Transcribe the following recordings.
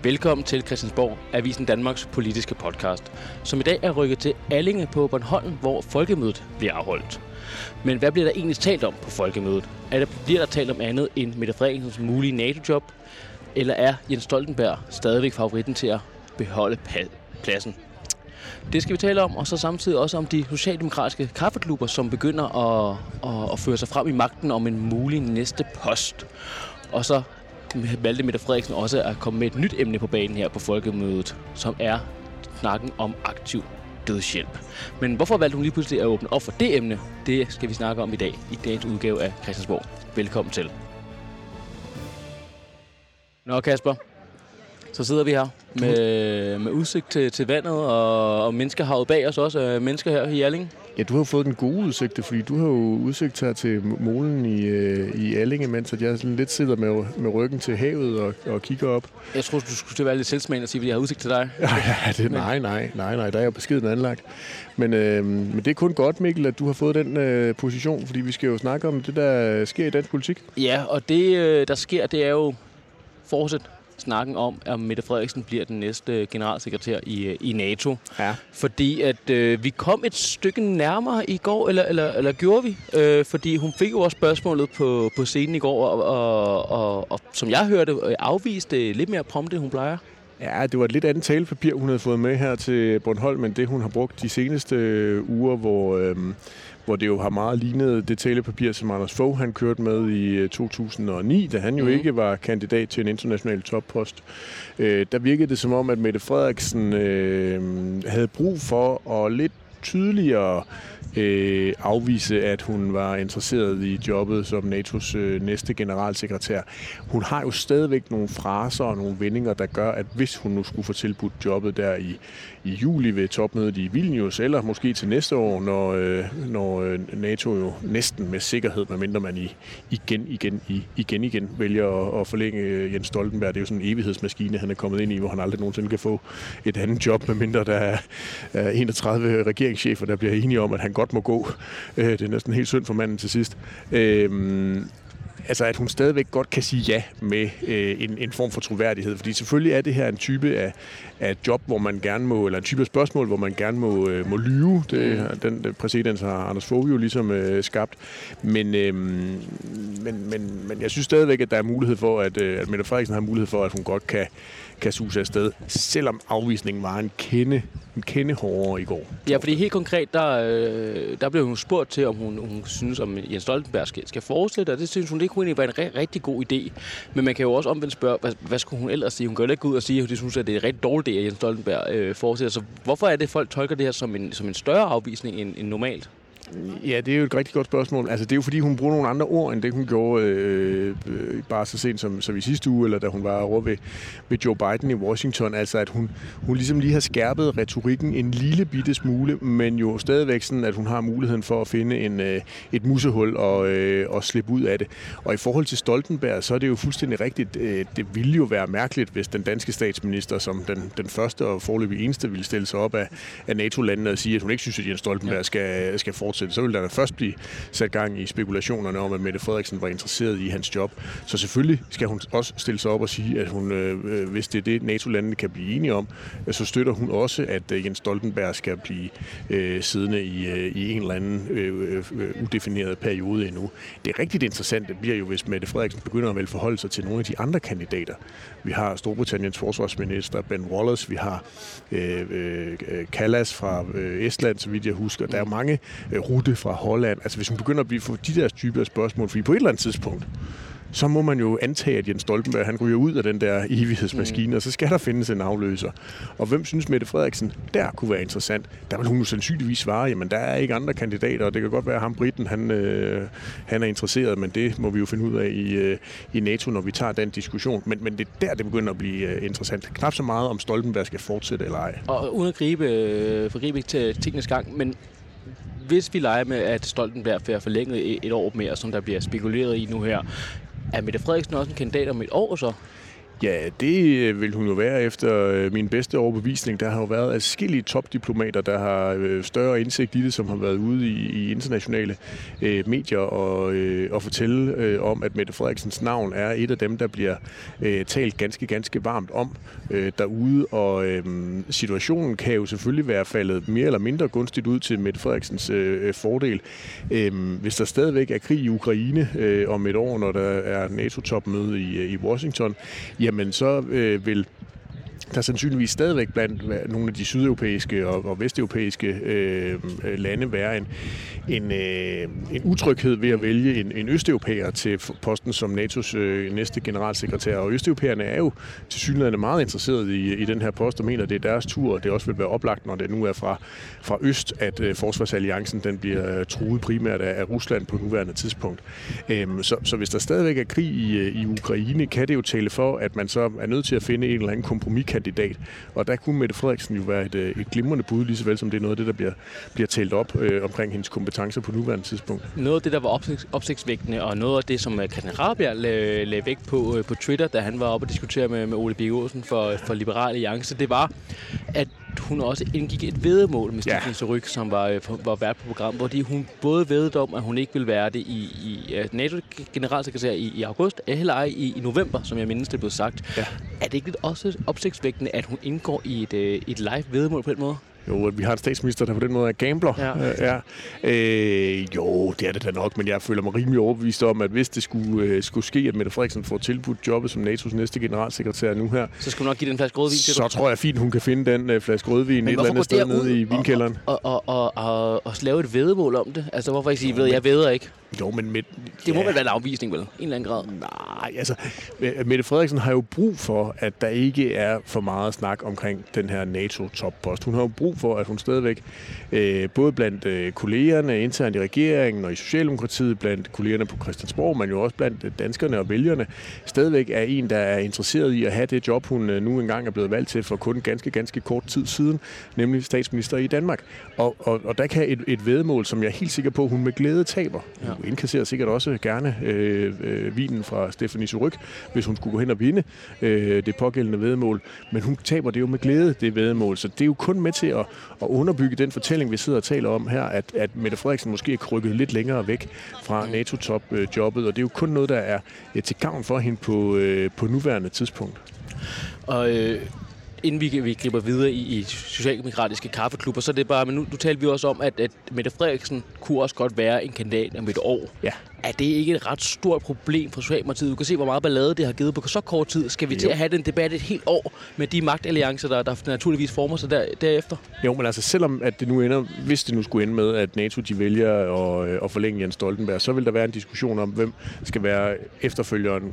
Velkommen til Christiansborg, Avisen Danmarks politiske podcast, som i dag er rykket til Allinge på Bornholm, hvor folkemødet bliver afholdt. Men hvad bliver der egentlig talt om på folkemødet? Bliver der talt om andet end Mette Frederiksens mulige NATO-job? Eller er Jens Stoltenberg stadigvæk favoritten til at beholde pladsen? Det skal vi tale om, og så samtidig også om de socialdemokratiske kaffeklubber, som begynder at føre sig frem i magten om en mulig næste post. Og så valgte Mette Frederiksen også at komme med et nyt emne på banen her på folkemødet, som er snakken om aktiv dødshjælp. Men hvorfor valgte hun lige pludselig at åbne op for det emne? Det skal vi snakke om i dag, i dagens udgave af Christiansborg. Velkommen til. Nå Kasper, så sidder vi her med udsigt til vandet og menneskehavet bag os også, mennesker her i Allinge. Ja, du har jo fået den gode udsigt, fordi du har jo udsigt her til molen i Allinge, mens jeg sådan lidt sidder med ryggen til havet og kigger op. Jeg tror, du skulle være lidt selvsmagende og sige, at jeg har udsigt til dig. Nej, der er jo beskeden anlagt. Men det er kun godt, Mikkel, at du har fået den position, fordi vi skal jo snakke om det, der sker i dansk politik. Ja, og det, der sker, det er jo fortsat snakken om, at Mette Frederiksen bliver den næste generalsekretær i NATO. Ja. Fordi at vi kom et stykke nærmere i går, eller gjorde vi? Fordi hun fik jo også spørgsmålet på scenen i går, og som jeg hørte, afviste lidt mere prompte, end hun plejer. Ja, det var et lidt andet talepapir, hun havde fået med her til Bornholm, men det hun har brugt de seneste uger, hvor det jo har meget lignet det talepapir, som Anders Fogh han kørte med i 2009, da han jo ikke var kandidat til en international toppost. Der virkede det som om, at Mette Frederiksen havde brug for at lidt tydeligere afvise, at hun var interesseret i jobbet som NATO's næste generalsekretær. Hun har jo stadigvæk nogle fraser og nogle vendinger, der gør, at hvis hun nu skulle få tilbudt jobbet der i juli ved topmødet i Vilnius, eller måske til næste år, når NATO jo næsten med sikkerhed, medmindre man igen vælger at forlænge Jens Stoltenberg. Det er jo sådan en evighedsmaskine, han er kommet ind i, hvor han aldrig nogensinde kan få et andet job, medmindre der er 31 regeringschefer, der bliver enige om, at han godt må gå. Det er næsten helt synd for manden til sidst. Altså, at hun stadigvæk godt kan sige ja med en form for troværdighed. Fordi selvfølgelig er det her en type af job, hvor man gerne må, eller en type af spørgsmål, hvor man gerne må lyve. Den præcedens har Anders Fogh jo ligesom skabt. Men jeg synes stadigvæk, at der er mulighed for, at Mette Frederiksen har mulighed for, at hun godt kan suse afsted, selvom afvisningen var en kende hårdere i går. Ja, fordi helt konkret, der blev hun spurgt til, om hun synes, om Jens Stoltenberg skal fortsætte, og det synes hun, det kunne egentlig være en rigtig god idé. Men man kan jo også omvendt spørge, hvad skulle hun ellers sige? Hun kan jo ikke gå ud og sige, at de synes, at det er en rigtig dårlig idé, at Jens Stoltenberg fortsætter. Så hvorfor er det, folk tolker det her som en større afvisning end normalt? Ja, det er jo et rigtig godt spørgsmål. Altså, det er jo fordi, hun bruger nogle andre ord, end det hun gjorde bare så sent som i sidste uge, eller da hun var over ved Joe Biden i Washington. Altså, at hun ligesom lige har skærpet retorikken en lille bitte smule, men jo stadigvæk sådan, at hun har muligheden for at finde et musehul og slippe ud af det. Og i forhold til Stoltenberg, så er det jo fuldstændig rigtigt. Det ville jo være mærkeligt, hvis den danske statsminister, som den første og foreløbig eneste, ville stille sig op af NATO-landene og sige, at hun ikke synes, at Jens Stoltenberg skal fortsætte. Så vil der først blive sat gang i spekulationerne om, at Mette Frederiksen var interesseret i hans job. Så selvfølgelig skal hun også stille sig op og sige, at hun, hvis det er det, NATO-landene kan blive enige om, så støtter hun også, at Jens Stoltenberg skal blive siddende i en eller anden udefineret periode endnu. Det er rigtig interessant, det bliver jo, hvis Mette Frederiksen begynder at vel forholde sig til nogle af de andre kandidater. Vi har Storbritanniens forsvarsminister Ben Wallace, vi har Kallas fra Estland, så vidt jeg husker. Der er mange Rutte fra Holland. Altså hvis hun begynder at få de der typer af spørgsmål, fordi på et eller andet tidspunkt, så må man jo antage, at Jens Stoltenberg han ryger ud af den der evighedsmaskine, og så skal der findes en afløser. Og hvem synes Mette Frederiksen, der kunne være interessant? Der vil hun jo sandsynligvis svare, jamen der er ikke andre kandidater, og det kan godt være, at ham Britten, han er interesseret, men det må vi jo finde ud af i NATO, når vi tager den diskussion. Men det er der, det begynder at blive interessant. Knap så meget, om Stoltenberg skal fortsætte eller ej. Og uden at forgribe til tingens gang, men hvis vi leger med, at Stoltenberg får forlænget et år mere, som der bliver spekuleret i nu her, er Mette Frederiksen også en kandidat om et år så? Ja, det vil hun jo være efter min bedste overbevisning. Der har jo været adskillige topdiplomater, der har større indsigt i det, som har været ude i internationale medier og fortælle om, at Mette Frederiksens navn er et af dem, der bliver talt ganske, ganske varmt om derude. Og situationen kan jo selvfølgelig være faldet mere eller mindre gunstigt ud til Mette Frederiksens fordel. Hvis der stadigvæk er krig i Ukraine om et år, når der er NATO-topmøde i Washington, jamen så vil der sandsynligvis stadigvæk blandt nogle af de sydeuropæiske og vesteuropæiske lande være en utryghed ved at vælge en østeuropæer til posten som NATO's næste generalsekretær. Og østeuropæerne er jo tilsyneladende meget interesserede i den her post og mener, at det er deres tur, og det også vil være oplagt, når det nu er fra øst, at forsvarsalliancen den bliver truet primært af Rusland på nuværende tidspunkt. Så hvis der stadigvæk er krig i Ukraine, kan det jo tale for, at man så er nødt til at finde en eller anden kompromiskandidat. Og der kunne Mette Frederiksen jo være et glimrende bud, lige så vel som det er noget af det, der bliver talt op omkring hendes kompetencer på nuværende tidspunkt. Noget af det, der var opsigtsvækkende, og noget af det, som Christian Rabjerg lagde vægt på Twitter, da han var oppe og diskutere med Ole Birk Olesen for Liberal Alliance, det var, at hun også indgik et væddemål med Stefanie Surrugue, som var vært på programmet, hvor hun både væddede om, at hun ikke ville være det i NATO-generalsekretær i august, eller ej i november, som jeg mindes, det blev sagt. Ja. Er det ikke lidt også opsigtsvækkende, at hun indgår i et live væddemål på den måde? Jo, at vi har en statsminister, der på den måde er gambler. Ja. Jo, det er det da nok, men jeg føler mig rimelig overbevist om, at hvis det skulle ske, at Mette Frederiksen får tilbudt jobbet som NATO's næste generalsekretær nu her, så skulle hun nok give den flaske rødvin til så tror jeg fint, hun kan finde den flaske rødvin et eller andet sted nede i vinkælderen. Og lave et væddemål om det? Altså, hvorfor ikke sige, jeg vædder ikke? Jo, men det må vel være en afvisning, vel? En eller anden grad. Nej, altså, Mette Frederiksen har jo brug for, at der ikke er for meget snak omkring den her NATO-toppost. Hun har jo brug for, at hun stadigvæk, både blandt kollegerne internt i regeringen og i Socialdemokratiet, blandt kollegerne på Christiansborg, men jo også blandt danskerne og vælgerne, stadigvæk er en, der er interesseret i at have det job, hun nu engang er blevet valgt til for kun ganske, ganske kort tid siden, nemlig statsminister i Danmark. Og der kan et væddemål, som jeg er helt sikker på, hun med glæde taber. Ja. Hun indkasserer sikkert også gerne vinen fra Stefanie Surrugue, hvis hun skulle gå hen og vinde det pågældende væddemål. Men hun taber det jo med glæde, det væddemål. Så det er jo kun med til at underbygge den fortælling, vi sidder og taler om her, at Mette Frederiksen måske er krykket lidt længere væk fra NATO-top-jobbet. Og det er jo kun noget, der er til gavn for hende på nuværende tidspunkt. Og inden vi griber videre i socialdemokratiske kaffeklubber, så er det bare, men nu talte vi også om, at Mette Frederiksen kunne også godt være en kandidat om et år. Ja. Er det ikke et ret stort problem for Socialdemokratiet? Du kan se, hvor meget ballade det har givet på så kort tid. Skal vi til at have den debat et helt år med de magtalliancer, der naturligvis former sig derefter? Jo, men altså selvom at det nu ender, hvis det nu skulle ende med, at NATO de vælger at forlænge Jens Stoltenberg, så vil der være en diskussion om, hvem skal være efterfølgeren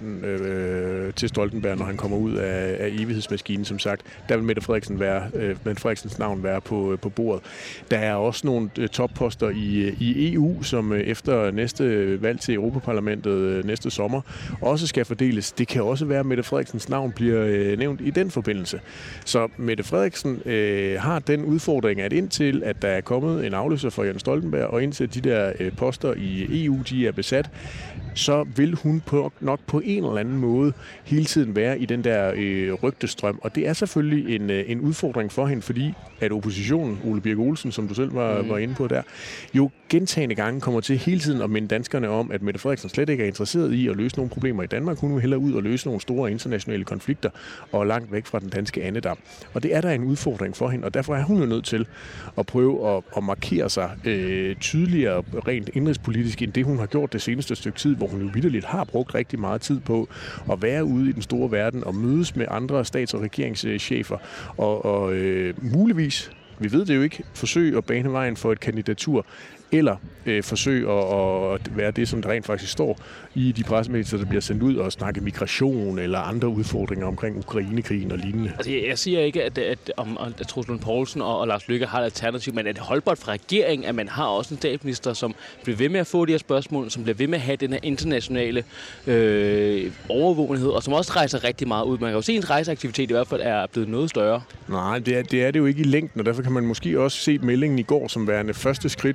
til Stoltenberg, når han kommer ud af evighedsmaskinen, som sagt. Der vil Mette Frederiksens navn være på bordet. Der er også nogle topposter i EU, som efter næste valg til Europaparlamentet næste sommer også skal fordeles. Det kan også være, at Mette Frederiksens navn bliver nævnt i den forbindelse. Så Mette Frederiksen har den udfordring, at indtil at der er kommet en afløser for Jens Stoltenberg, og indtil de der poster i EU de er besat, så vil hun nok på en eller anden måde hele tiden være i den der rygtestrøm. Og det er selvfølgelig en udfordring for hende, fordi at oppositionen, Ole Birk Olesen, som du selv var inde på der, jo gentagne gange kommer til hele tiden at minde danskerne om, at Mette Frederiksen slet ikke er interesseret i at løse nogle problemer i Danmark. Hun vil hellere ud og løse nogle store internationale konflikter og langt væk fra den danske andedam. Og det er der en udfordring for hende, og derfor er hun jo nødt til at prøve at markere sig tydeligere rent indrigspolitisk, end det hun har gjort det seneste stykke tid, hvor hun jo vitterligt har brugt rigtig meget tid på at være ude i den store verden og mødes med andre stats- og regeringschefer og muligvis, vi ved det jo ikke, forsøge at bane vejen for et kandidatur, eller forsøge at være det, som der rent faktisk står i de pressemeddelelser, der bliver sendt ud, og snakke migration eller andre udfordringer omkring Ukrainekrigen og lignende. Altså, jeg siger ikke, at Troels Lund Poulsen og Lars Løkke har et alternativ, men er det holdbart fra regeringen, at man har også en statsminister, som bliver ved med at få de her spørgsmål, som bliver ved med at have den her internationale overvågenhed, og som også rejser rigtig meget ud. Man kan jo se, at ens rejseaktivitet i hvert fald er blevet noget større. Nej, det er det jo ikke i længden, og derfor kan man måske også se meldingen i går som værende første skridt på, at Mette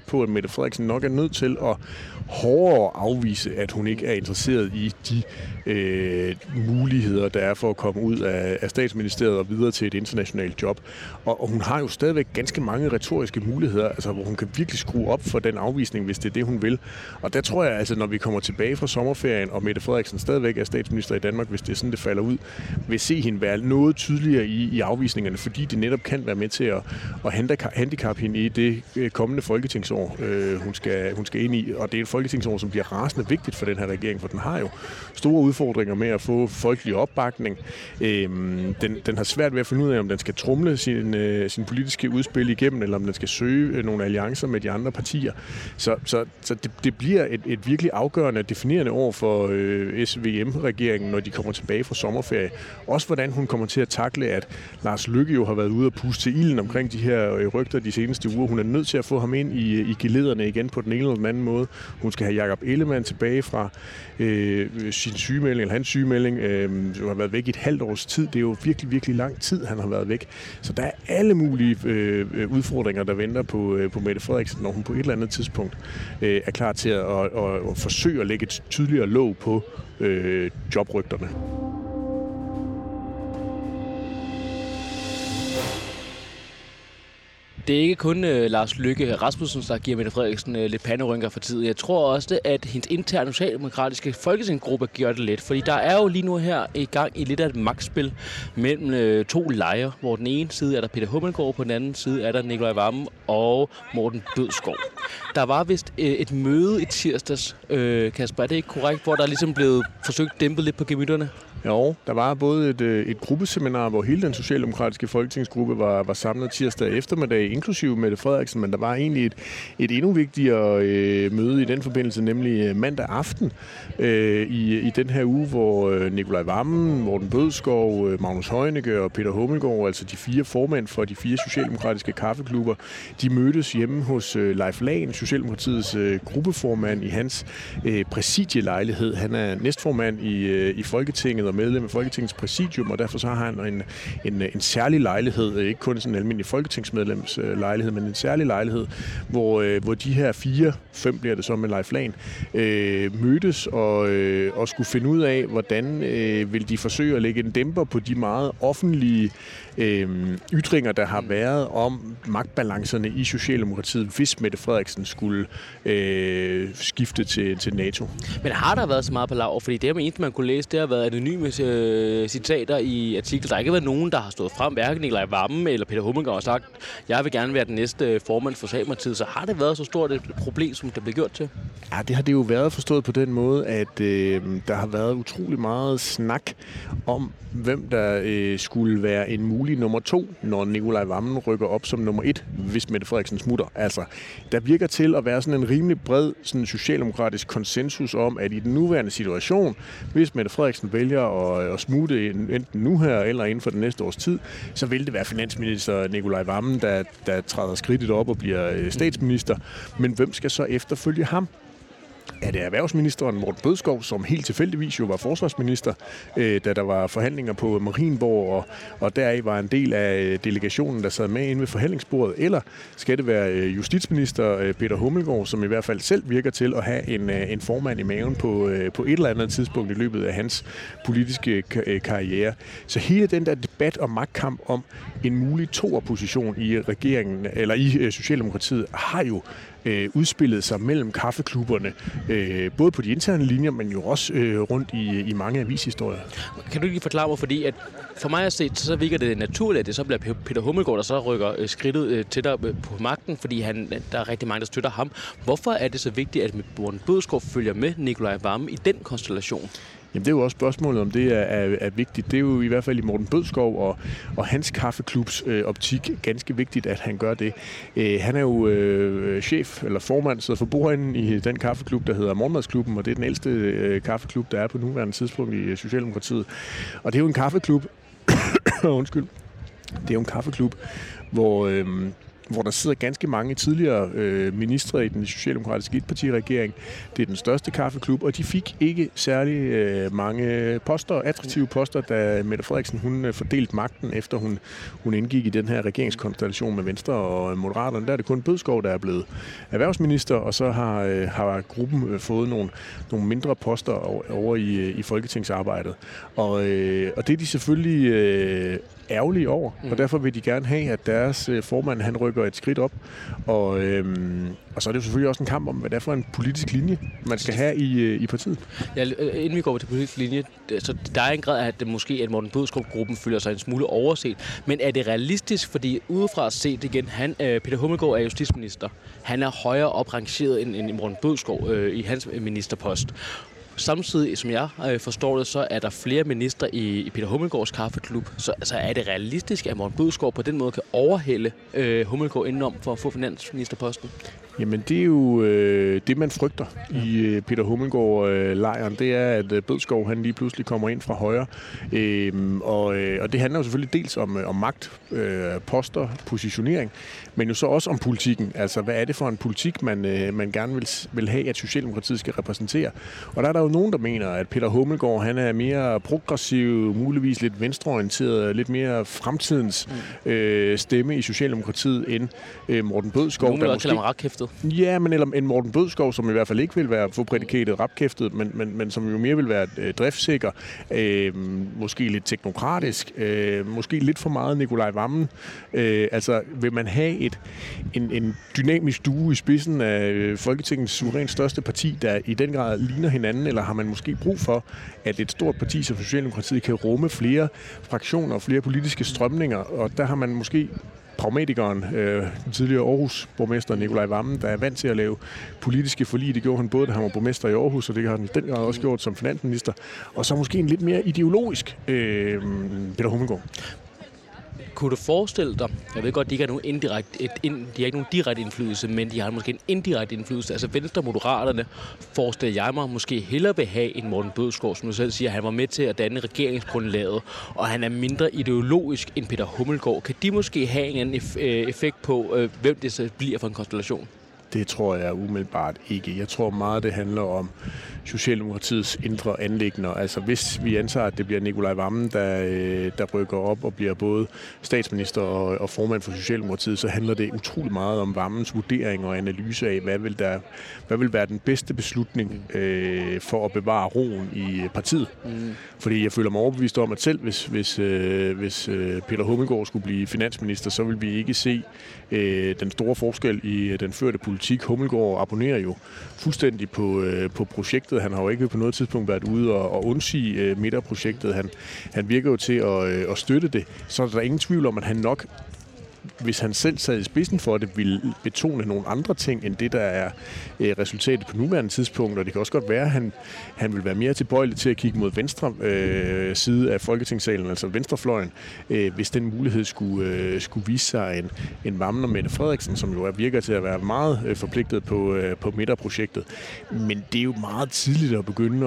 Mette Frederiksen nok er nødt til at hårdere afvise, at hun ikke er interesseret i de muligheder, der er for at komme ud af statsministeriet og videre til et internationalt job. Og hun har jo stadigvæk ganske mange retoriske muligheder, altså hvor hun kan virkelig skrue op for den afvisning, hvis det er det, hun vil. Og der tror jeg, altså, når vi kommer tilbage fra sommerferien, og Mette Frederiksen stadigvæk er statsminister i Danmark, hvis det er sådan, det falder ud, vil se hende være noget tydeligere i afvisningerne, fordi det netop kan være med til at handicappe hende i det kommende folketingsår, hun skal ind i. Og det er et folketingsår, som bliver rasende vigtigt for den her regering, for den har jo store udfordringer med at få folkelig opbakning. Den har svært ved at finde ud af, om den skal tromle sin politiske udspil igennem, eller om den skal søge nogle alliancer med de andre partier. Så det bliver et virkelig afgørende, definerende år for SVM-regeringen, når de kommer tilbage fra sommerferie. Også hvordan hun kommer til at takle, at Lars Løkke jo har været ude og puste til ilden omkring de her rygter de seneste uger. Hun er nødt til at få ham ind i gelederne igen på den ene eller den anden måde. Hun skal have Jakob Ellemann tilbage fra sin sygemelding, eller hans sygemelding, som har været væk i et halvt års tid. Det er jo virkelig, virkelig lang tid, han har været væk. Så der er alle mulige udfordringer, der venter på Mette Frederiksen, når hun på et eller andet tidspunkt er klar til at forsøge at lægge et tydeligere låg på jobrygterne. Det er ikke kun Lars Løkke Rasmussen, der giver Mette Frederiksen lidt panderynker for tiden. Jeg tror også, at hendes interne socialdemokratiske folketingsgruppe gør det lidt. Fordi der er jo lige nu her i gang i lidt af et magtspil mellem to lejre, hvor den ene side er der Peter Hummelgaard, på den anden side er der Nicolai Wammen og Morten Bødskov. Der var vist et møde i tirsdags, Kasper, er det ikke korrekt, hvor der ligesom blev forsøgt dæmpet lidt på gemytterne? Jo, der var både et gruppeseminar, hvor hele den socialdemokratiske folketingsgruppe var samlet tirsdag eftermiddag, inklusive Mette Frederiksen, men der var egentlig et endnu vigtigere møde i den forbindelse, nemlig mandag aften i den her uge, hvor Nicolai Wammen, Morten Bødskov, Magnus Heunicke og Peter Hummelgaard, altså de 4 formænd for de 4 socialdemokratiske kaffeklubber, de mødtes hjemme hos Leif Lahn, Socialdemokratiets gruppeformand, i hans præsidielejlighed. Han er næstformand i Folketinget og medlem af Folketingets præsidium, og derfor så har han en særlig lejlighed, ikke kun sådan en almindelig folketingsmedlems lejlighed, men en særlig lejlighed, hvor de her 5 bliver det så med Leif Lahn, mødtes og skulle finde ud af, hvordan vil de forsøge at lægge en dæmper på de meget offentlige ytringer, der har været om magtbalancerne i Socialdemokratiet, hvis Mette Frederiksen skulle skifte til NATO. Men har der været så meget på lav? Fordi det eneste, man kunne læse, det har været anonyme citater i artikler. Der har ikke været nogen, der har stået frem, hverken Nicolai Wammen eller Peter Hummelgaard, og sagt, jeg vil gerne være den næste formand for Socialdemokratiet. Så har det været så stort et problem, som det blev gjort til? Ja, det har det jo været forstået på den måde, at der har været utrolig meget snak om, hvem der skulle være en mulig nummer 2, når Nicolai Wammen rykker op som nummer 1, hvis Mette Frederiksen smutter. Altså, der virker til at være sådan en rimelig bred sådan socialdemokratisk konsensus om, at i den nuværende situation, hvis Mette Frederiksen vælger at smutte enten nu her eller inden for den næste års tid, så vil det være finansminister Nicolai Wammen, der træder skridtet op og bliver statsminister. Men hvem skal så efterfølge ham? Er det erhvervsministeren Morten Bødskov, som helt tilfældigvis jo var forsvarsminister, da der var forhandlinger på Marienborg, og deri var en del af delegationen, der sad med inde ved forhandlingsbordet? Eller skal det være justitsminister Peter Hummelgaard, som i hvert fald selv virker til at have en formand i maven på et eller andet tidspunkt i løbet af hans politiske karriere? Så hele den der debat og magtkamp om en mulig toerposition i regeringen, eller i Socialdemokratiet, har jo udspillet sig mellem kaffeklubberne, både på de interne linjer, men jo også rundt i mange avishistorier. Kan du lige forklare mig, fordi at for mig at se, så virker det naturligt, at det så bliver Peter Hummelgaard, der så rykker skridtet tættere på magten, fordi der er rigtig mange, der støtter ham. Hvorfor er det så vigtigt, at Morten Bødskov følger med Nicolai Wammen i den konstellation? Jamen, det er jo også spørgsmålet, om det er vigtigt. Det er jo i hvert fald i Morten Bødskov og hans kaffeklubs optik ganske vigtigt, at han gør det. Han er jo chef eller formand, sidder for bordenden i den kaffeklub, der hedder Morgenmadsklubben, og det er den ældste kaffeklub, der er på nuværende tidspunkt i Socialdemokratiet. Og det er jo en kaffeklub, undskyld, det er jo en kaffeklub, hvor hvor der sidder ganske mange tidligere ministre i den socialdemokratiske etpartiregering. Det er den største kaffeklub, og de fik ikke særlig mange poster, attraktive poster, da Mette Frederiksen hun fordelte magten, efter hun indgik i den her regeringskonstellation med Venstre og Moderaterne. Der er det kun Bødskov, der er blevet erhvervsminister, og så har gruppen fået nogle mindre poster over i folketingsarbejdet. Og det er de selvfølgelig ærgerlige over, og derfor vil de gerne have, at deres formand han rykker et skridt op. Og så er det jo selvfølgelig også en kamp om, hvad det er for en politisk linje, man skal have i partiet. Ja, inden vi går til politisk linje, så der er en grad af, at Morten Bødskov-gruppen føler sig en smule overset. Men er det realistisk, fordi udefra at se det igen, Peter Hummelgaard er justitsminister. Han er højere oprangeret end Morten Bødskov i hans ministerpost. Samtidig, som jeg forstår det, så er der flere ministre i Peter Hummelgaards kaffeklub. Så er det realistisk, at Morten Bødskov på den måde kan overhælde Hummelgaard indenom for at få finansministerposten? Jamen, det er jo det, man frygter i Peter Hummelgaard-lejren. Det er, at Bødskov han lige pludselig kommer ind fra højre. Og det handler jo selvfølgelig dels om magt, poster, positionering, men jo så også om politikken. Altså, hvad er det for en politik, man gerne vil have, at Socialdemokratiet skal repræsentere? Og der er der jo nogen, der mener, at Peter Hummelgaard han er mere progressiv, muligvis lidt venstreorienteret, lidt mere fremtidens stemme i Socialdemokratiet end Morten Bødskov. Nogen vil også kalde ham rapkæftet. Ja, men eller en Morten Bødskov, som i hvert fald ikke vil få prædikatet rapkæftet, men som jo mere vil være driftssikker, måske lidt teknokratisk, måske lidt for meget Nikolaj Wammen. Altså, vil man have en dynamisk duo i spidsen af Folketingets suverænt største parti, der i den grad ligner hinanden, eller har man måske brug for, at et stort parti som Socialdemokratiet kan rumme flere fraktioner og flere politiske strømninger, og der har man måske pragmatikeren, den tidligere Aarhus-borgmester Nikolaj Wammen, der er vant til at lave politiske forlig. Det gjorde han både, da han var borgmester i Aarhus, og det har han i den grad også gjort som finansminister. Og så måske en lidt mere ideologisk Peter Hummelgaard. Kunne du forestille dig, jeg ved godt, de ikke har nogen direkte indflydelse, men de har måske en indirekte indflydelse. Altså Venstre og Moderaterne forestiller jeg mig måske hellere vil have en Morten Bødskov, som du selv siger, han var med til at danne regeringsgrundlaget, og han er mindre ideologisk end Peter Hummelgaard. Kan de måske have en anden effekt på, hvem det så bliver for en konstellation? Det tror jeg umiddelbart ikke. Jeg tror meget, det handler om Socialdemokratiets indre anliggender. Altså hvis vi antager, at det bliver Nikolaj Wammen, der rykker op og bliver både statsminister og formand for Socialdemokratiet, så handler det utrolig meget om Wammens vurdering og analyse af, hvad vil være den bedste beslutning for at bevare roen i partiet. Fordi jeg føler mig overbevist om, at selv hvis Peter Hummelgaard skulle blive finansminister, så vil vi ikke se den store forskel i den førte politik. Hummelgaard abonnerer jo fuldstændig på projektet. Han har jo ikke på noget tidspunkt været ude og undsige midterprojektet. Han virker jo til at støtte det. Så er der ingen tvivl om, at han nok, hvis han selv sad i spidsen for det, ville betone nogle andre ting, end det, der er resultatet på nuværende tidspunkt. Og det kan også godt være, at han vil være mere tilbøjelig til at kigge mod venstre side af Folketingssalen, altså venstrefløjen, hvis den mulighed skulle vise sig en Wammen og Mette Frederiksen, som jo virker til at være meget forpligtet på midterprojektet. Men det er jo meget tidligt at begynde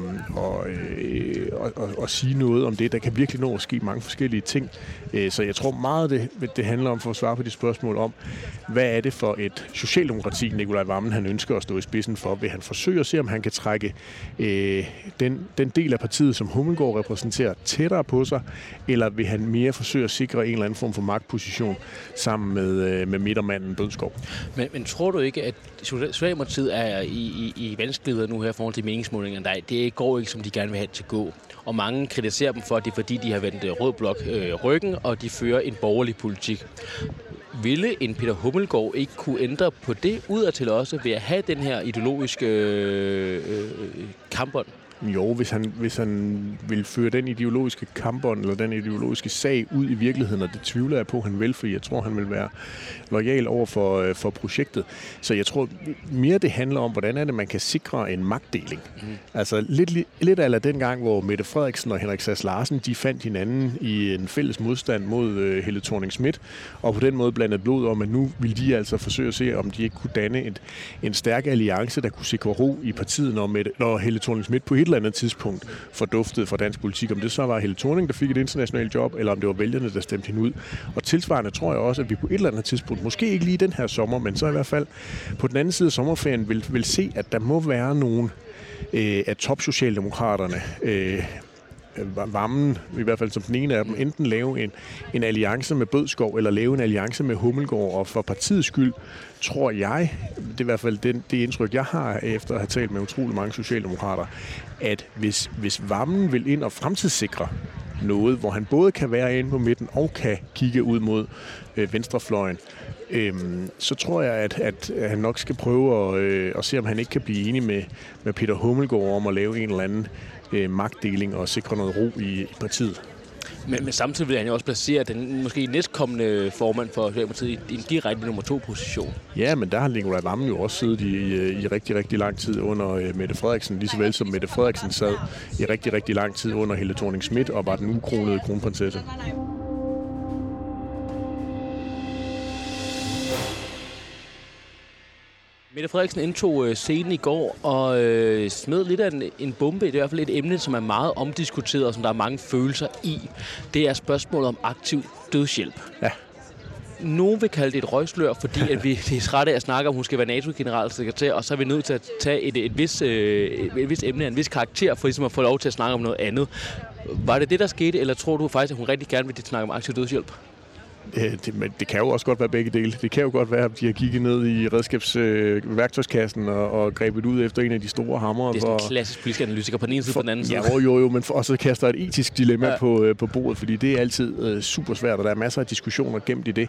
at sige noget om det. Der kan virkelig nå at ske mange forskellige ting. Så jeg tror meget, det handler om, for at svare på de spørgsmål om, hvad er det for et socialdemokrati, Nikolaj Wammen han ønsker at stå i spidsen for? Vil han forsøge at se, om han kan trække den del af partiet, som Hummelgaard repræsenterer, tættere på sig, eller vil han mere forsøge at sikre en eller anden form for magtposition sammen med midtermanden Bødskov? Men tror du ikke, at Socialdemokratiet er i vanskeligheder nu her i forhold til meningsmålingerne? Det går ikke, som de gerne vil have det til at gå. Og mange kritiserer dem for, at det er fordi, de har vendt rød blok ryggen, og de fører en borgerlig politik. Ville en Peter Hummelgaard ikke kunne ændre på det udadtil også ved at have den her ideologiske kampånd? Jo, hvis han vil føre den ideologiske kampånd eller den ideologiske sag ud i virkeligheden, og det tvivler jeg på, han vil, fordi jeg tror, han vil være loyal over for projektet. Så jeg tror mere, det handler om, hvordan er det, man kan sikre en magtdeling. Altså lidt ala dengang, hvor Mette Frederiksen og Henrik Sass Larsen, de fandt hinanden i en fælles modstand mod Helle Thorning-Schmidt, og på den måde blandede blod om, at nu ville de altså forsøge at se, om de ikke kunne danne en stærk alliance, der kunne sikre ro i partiet, når Helle Thorning-Schmidt på et eller andet tidspunkt forduftede fra dansk politik. Om det så var Helle Thorning, der fik et internationalt job, eller om det var vælgerne, der stemte hende ud. Og tilsvarende tror jeg også, at vi på et eller andet tidspunkt, måske ikke lige den her sommer, men så i hvert fald på den anden side af sommerferien, vil se, at der må være nogle af topsocialdemokraterne, Vammen, i hvert fald som den ene af dem, enten lave en alliance med Bødskov, eller lave en alliance med Hummelgaard, og for partiets skyld, tror jeg, det er i hvert fald det indtryk, jeg har efter at have talt med utrolig mange socialdemokrater, at hvis Vammen vil ind og fremtidssikre noget, hvor han både kan være inde på midten og kan kigge ud mod venstrefløjen, så tror jeg, at han nok skal prøve at se, om han ikke kan blive enig med Peter Hummelgaard om at lave en eller anden magtdeling og sikre noget ro i partiet. Men samtidig vil han jo også placere den måske næstkommende formand for Socialdemokratiet i en direkte nummer 2-position. Ja, men der har Nicolai Wammen jo også siddet i rigtig, rigtig lang tid under Mette Frederiksen, lige så vel som Mette Frederiksen sad i rigtig, rigtig lang tid under Helle Thorning-Schmidt og var den ukronede kronprinsesse. Mette Frederiksen indtog scenen i går og smed lidt af en bombe. Det er i hvert fald et emne, som er meget omdiskuteret og som der er mange følelser i. Det er spørgsmålet om aktiv dødshjælp. Ja. Nogen vil kalde det et røgslør, fordi at vi er trætte af at snakke om, hun skal være NATO-generalsekretær, og så er vi nødt til at tage et vis emne af en vis karakter, for ligesom at få lov til at snakke om noget andet. Var det det, der skete, eller tror du faktisk, at hun rigtig gerne vil snakke om aktiv dødshjælp? Det kan jo også godt være begge dele. Det kan jo godt være, at de har kigget ned i redskabsværktøjskassen og grebet ud efter en af de store hamre. Det er sådan en klassisk politisk analytiker på den ene side på den anden side. Ja, jo, men og så kaster et etisk dilemma på bordet, fordi det er altid super svært, og der er masser af diskussioner gemt i det.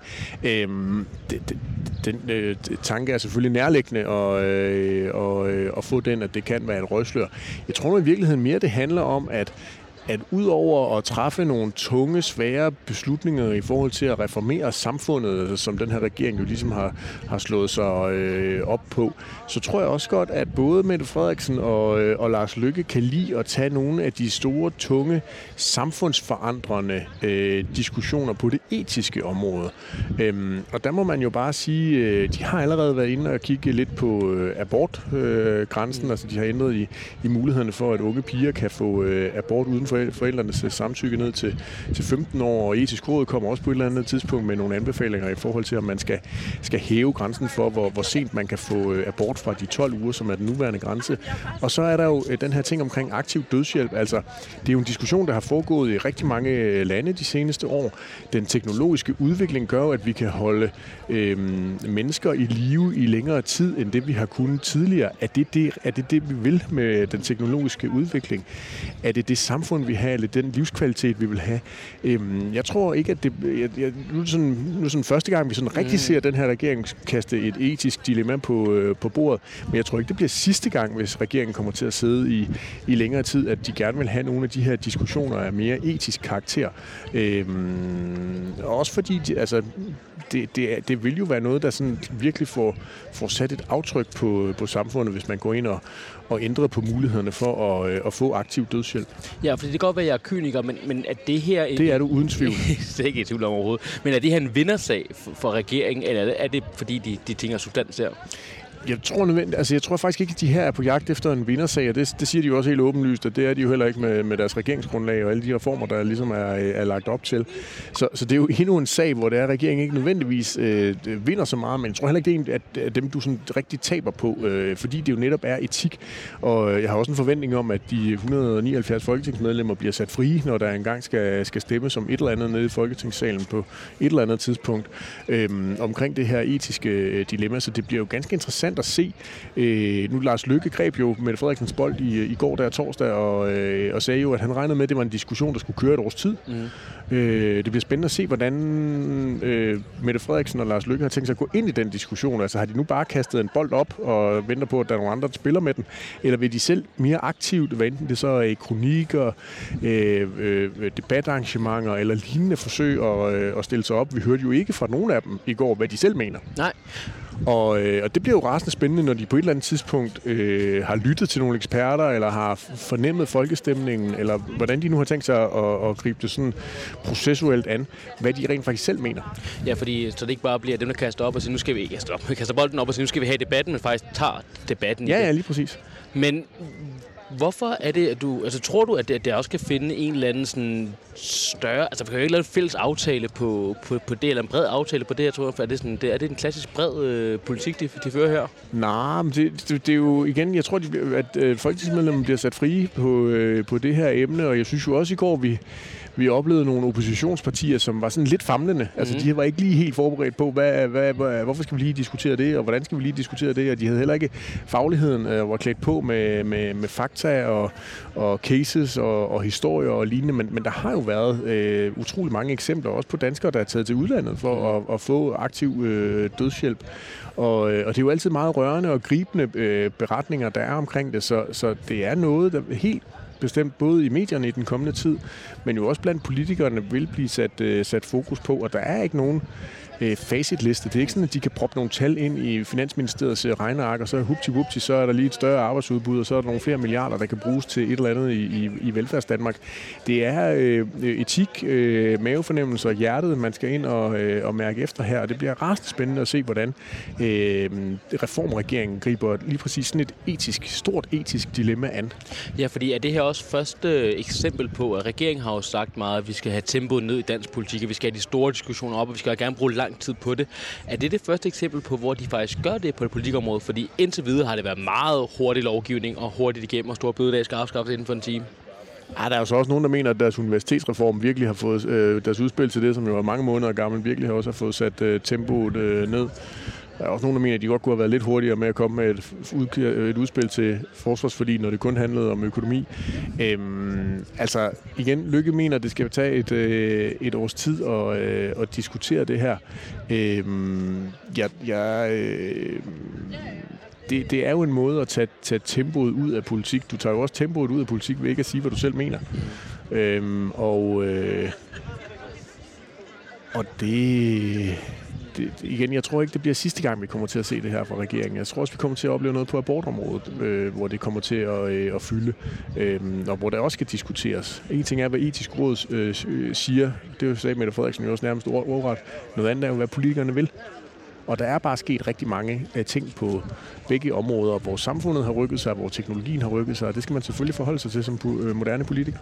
Den tanke er selvfølgelig nærliggende at få den, at det kan være et røgslør. Jeg tror nu i virkeligheden mere, det handler om, at udover at træffe nogle tunge, svære beslutninger i forhold til at reformere samfundet, som den her regering jo ligesom har slået sig op på, så tror jeg også godt, at både Mette Frederiksen og Lars Løkke kan lide at tage nogle af de store, tunge, samfundsforandrende diskussioner på det etiske område. Og der må man jo bare sige, de har allerede været inde og kigge lidt på abortgrænsen, altså de har ændret i mulighederne for, at unge piger kan få abort uden forældrenes samtykke ned til 15 år, og Etisk Råd kommer også på et eller andet tidspunkt med nogle anbefalinger i forhold til, om man skal hæve grænsen for, hvor sent man kan få abort fra de 12 uger, som er den nuværende grænse. Og så er der jo den her ting omkring aktiv dødshjælp. Altså, det er jo en diskussion, der har foregået i rigtig mange lande de seneste år. Den teknologiske udvikling gør, at vi kan holde mennesker i live i længere tid, end det vi har kunnet tidligere. Er det det, vi vil med den teknologiske udvikling? Er det samfund, vi har, eller den livskvalitet, vi vil have? Jeg tror ikke, at det... Nu er sådan første gang, vi sådan rigtig ser den her regering kaste et etisk dilemma på bordet, men jeg tror ikke, det bliver sidste gang, hvis regeringen kommer til at sidde i længere tid, at de gerne vil have nogle af de her diskussioner af mere etisk karakter. Også fordi, det vil jo være noget, der sådan virkelig får sat et aftryk på samfundet, hvis man går ind og ændrer på mulighederne for at få aktiv dødshjælp. Ja, for det kan godt være, at jeg er kyniker, men er det her... Det er du uden tvivl. Det er ikke et tvivl om overhovedet. Men er det her en vindersag for regeringen, eller er det fordi, de ting er substans her? Jeg tror faktisk ikke, at de her er på jagt efter en vindersag, og det siger de jo også helt åbenlyst, og det er de jo heller ikke med deres regeringsgrundlag og alle de reformer, der ligesom er lagt op til. Så det er jo endnu en sag, hvor der regeringen ikke nødvendigvis vinder så meget, men jeg tror heller ikke, det er dem, du sådan rigtig taber på, fordi det jo netop er etik. Og jeg har også en forventning om, at de 179 folketingsmedlemmer bliver sat frie, når der engang skal stemmes om et eller andet nede i Folketingssalen på et eller andet tidspunkt omkring det her etiske dilemma, så det bliver jo ganske interessant at se. Nu Lars Løkke greb jo Mette Frederiksens bold i går der torsdag og sagde jo, at han regnede med, at det var en diskussion, der skulle køre et års tid. Det bliver spændende at se, hvordan Mette Frederiksen og Lars Løkke har tænkt sig at gå ind i den diskussion. Altså har de nu bare kastet en bold op og venter på, at der er nogle andre, der spiller med den? Eller vil de selv mere aktivt, hvad enten det så er i kronikker, debatarrangementer eller lignende forsøg at stille sig op? Vi hørte jo ikke fra nogen af dem i går, hvad de selv mener. Nej. Og det bliver jo rasende spændende, når de på et eller andet tidspunkt har lyttet til nogle eksperter, eller har fornemmet folkestemningen, eller hvordan de nu har tænkt sig at gribe det sådan processuelt an, hvad de rent faktisk selv mener. Ja, fordi så det ikke bare bliver dem, der kaster op og siger, nu skal vi ikke kaste bolden op og siger, nu skal vi have debatten, men faktisk tager debatten. Ja, lige præcis. Men Hvorfor er det, at du... Altså, tror du, at det også kan finde en eller anden sådan større... Altså, vi kan jo ikke lave en fælles aftale på det, eller en bred aftale på det, jeg tror, er det en klassisk bred politik, de fører her? Nej, men det er jo igen... Jeg tror, at folketingsmedlemmer bliver sat frie på det her emne, og jeg synes jo også i går, vi oplevede nogle oppositionspartier, som var sådan lidt famlende. Altså, de var ikke lige helt forberedt på, hvorfor skal vi lige diskutere det, og hvordan skal vi lige diskutere det, og de havde heller ikke fagligheden, var klædt på med fakta og cases og historier og lignende, men der har jo været utrolig mange eksempler, også på danskere, der er taget til udlandet for at få aktiv dødshjælp. Og det er jo altid meget rørende og gribende beretninger, der er omkring det, så det er noget, der helt bestemt både i medierne i den kommende tid, men jo også blandt politikerne vil blive sat fokus på, og der er ikke nogen facitliste. Det er ikke sådan, at de kan proppe nogle tal ind i Finansministeriets regneark, og så hupti-wupti, så er der lige et større arbejdsudbud, og så er der nogle flere milliarder, der kan bruges til et eller andet i velfærdsdanmark. Det er etik, mavefornemmelse og hjertet, man skal ind og mærke efter her, og det bliver ret spændende at se, hvordan reformregeringen griber lige præcis sådan et stort etisk dilemma an. Ja, fordi er det her også første eksempel på, at regeringen har jo sagt meget, at vi skal have tempoet ned i dansk politik, og vi skal have de store diskussioner op, og vi skal gerne bruge lang tid på det. Er det første eksempel på, hvor de faktisk gør det på det politikområde? Fordi indtil videre har det været meget hurtig lovgivning og hurtigt igennem, og store bødedag skal afskaffes inden for en time. Ja, der er jo så også nogen, der mener, at deres universitetsreform virkelig har fået deres udspil til det, som jo er mange måneder gammel, virkelig har også fået sat tempoet ned. Der er også nogen, der mener, at de godt kunne have været lidt hurtigere med at komme med et udspil til forsvarsforlig, når det kun handlede om økonomi. Altså igen, Løkke mener, at det skal tage et års tid at diskutere det her. Det er jo en måde at tage tempoet ud af politik. Du tager jo også tempoet ud af politik ved ikke at sige, hvad du selv mener. Og det... Igen, jeg tror ikke, det bliver sidste gang, vi kommer til at se det her fra regeringen. Jeg tror også, vi kommer til at opleve noget på abortområdet, hvor det kommer til at fylde, og hvor der også skal diskuteres. En ting er, hvad etisk råd siger. Det er jo sagde Mette Frederiksen jo også nærmest ordret. Noget andet er jo, hvad politikerne vil. Og der er bare sket rigtig mange ting på begge områder, hvor samfundet har rykket sig, hvor teknologien har rykket sig, og det skal man selvfølgelig forholde sig til som moderne politiker.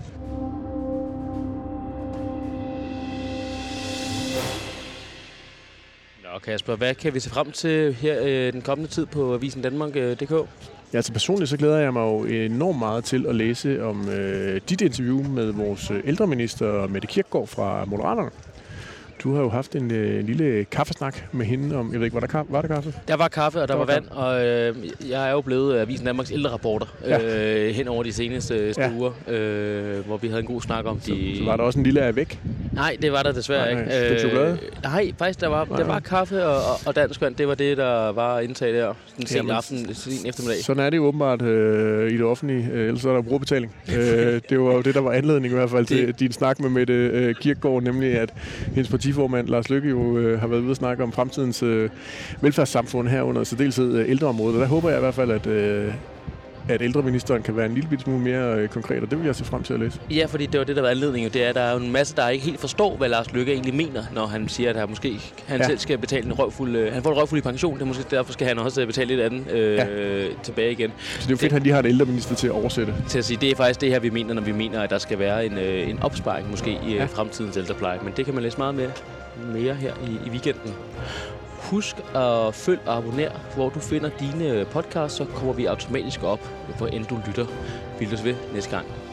Kasper, hvad kan vi se frem til her den kommende tid på Avisen Danmark.dk? Ja, altså personligt så glæder jeg mig jo enormt meget til at læse om dit interview med vores ældreminister Mette Kirkegaard fra Moderaterne. Du har jo haft en lille kaffesnak med hende om, jeg ved ikke, var der kaffe? Der var kaffe, og der var vand, og jeg er jo blevet Avisen Danmarks ældrereporter hen over de seneste uger, hvor vi havde en god snak om de... Så var der også en lille væk? Nej, det var der desværre ikke. Chokolade? Nej, faktisk, der var kaffe og dansk vand. Det var det, der var indtaget der den sen aften, sen eftermiddag. Sådan er det jo åbenbart i det offentlige, ellers er der brugerbetaling. Det var jo det, der var anledning i hvert fald til din snak med Mette Kirkegaard, nemlig at hendes partiformand Lars Løkke jo har været ude at snakke om fremtidens velfærdssamfund herunder, så dels ældreområdet. Og der håber jeg i hvert fald, at ældreministeren kan være en lille smule mere konkret, og det vil jeg se frem til at læse. Ja, fordi det var det, der var anledningen. Det er, at der er jo en masse, der ikke helt forstår, hvad Lars Løkke egentlig mener, når han siger, at han selv skal betale en røvfuld... Han får en røvfuld i pension, det måske derfor skal han også betale lidt af den tilbage igen. Så det er jo fedt, at han lige har en ældreminister til at oversætte. Til at sige, det er faktisk det her, vi mener, når vi mener, at der skal være en opsparing måske i fremtidens ældrepleje. Men det kan man læse meget mere her i weekenden. Husk at følg og abonner, hvor du finder dine podcasts, så kommer vi automatisk op, hvor end du lytter. Vi lyttes ved næste gang.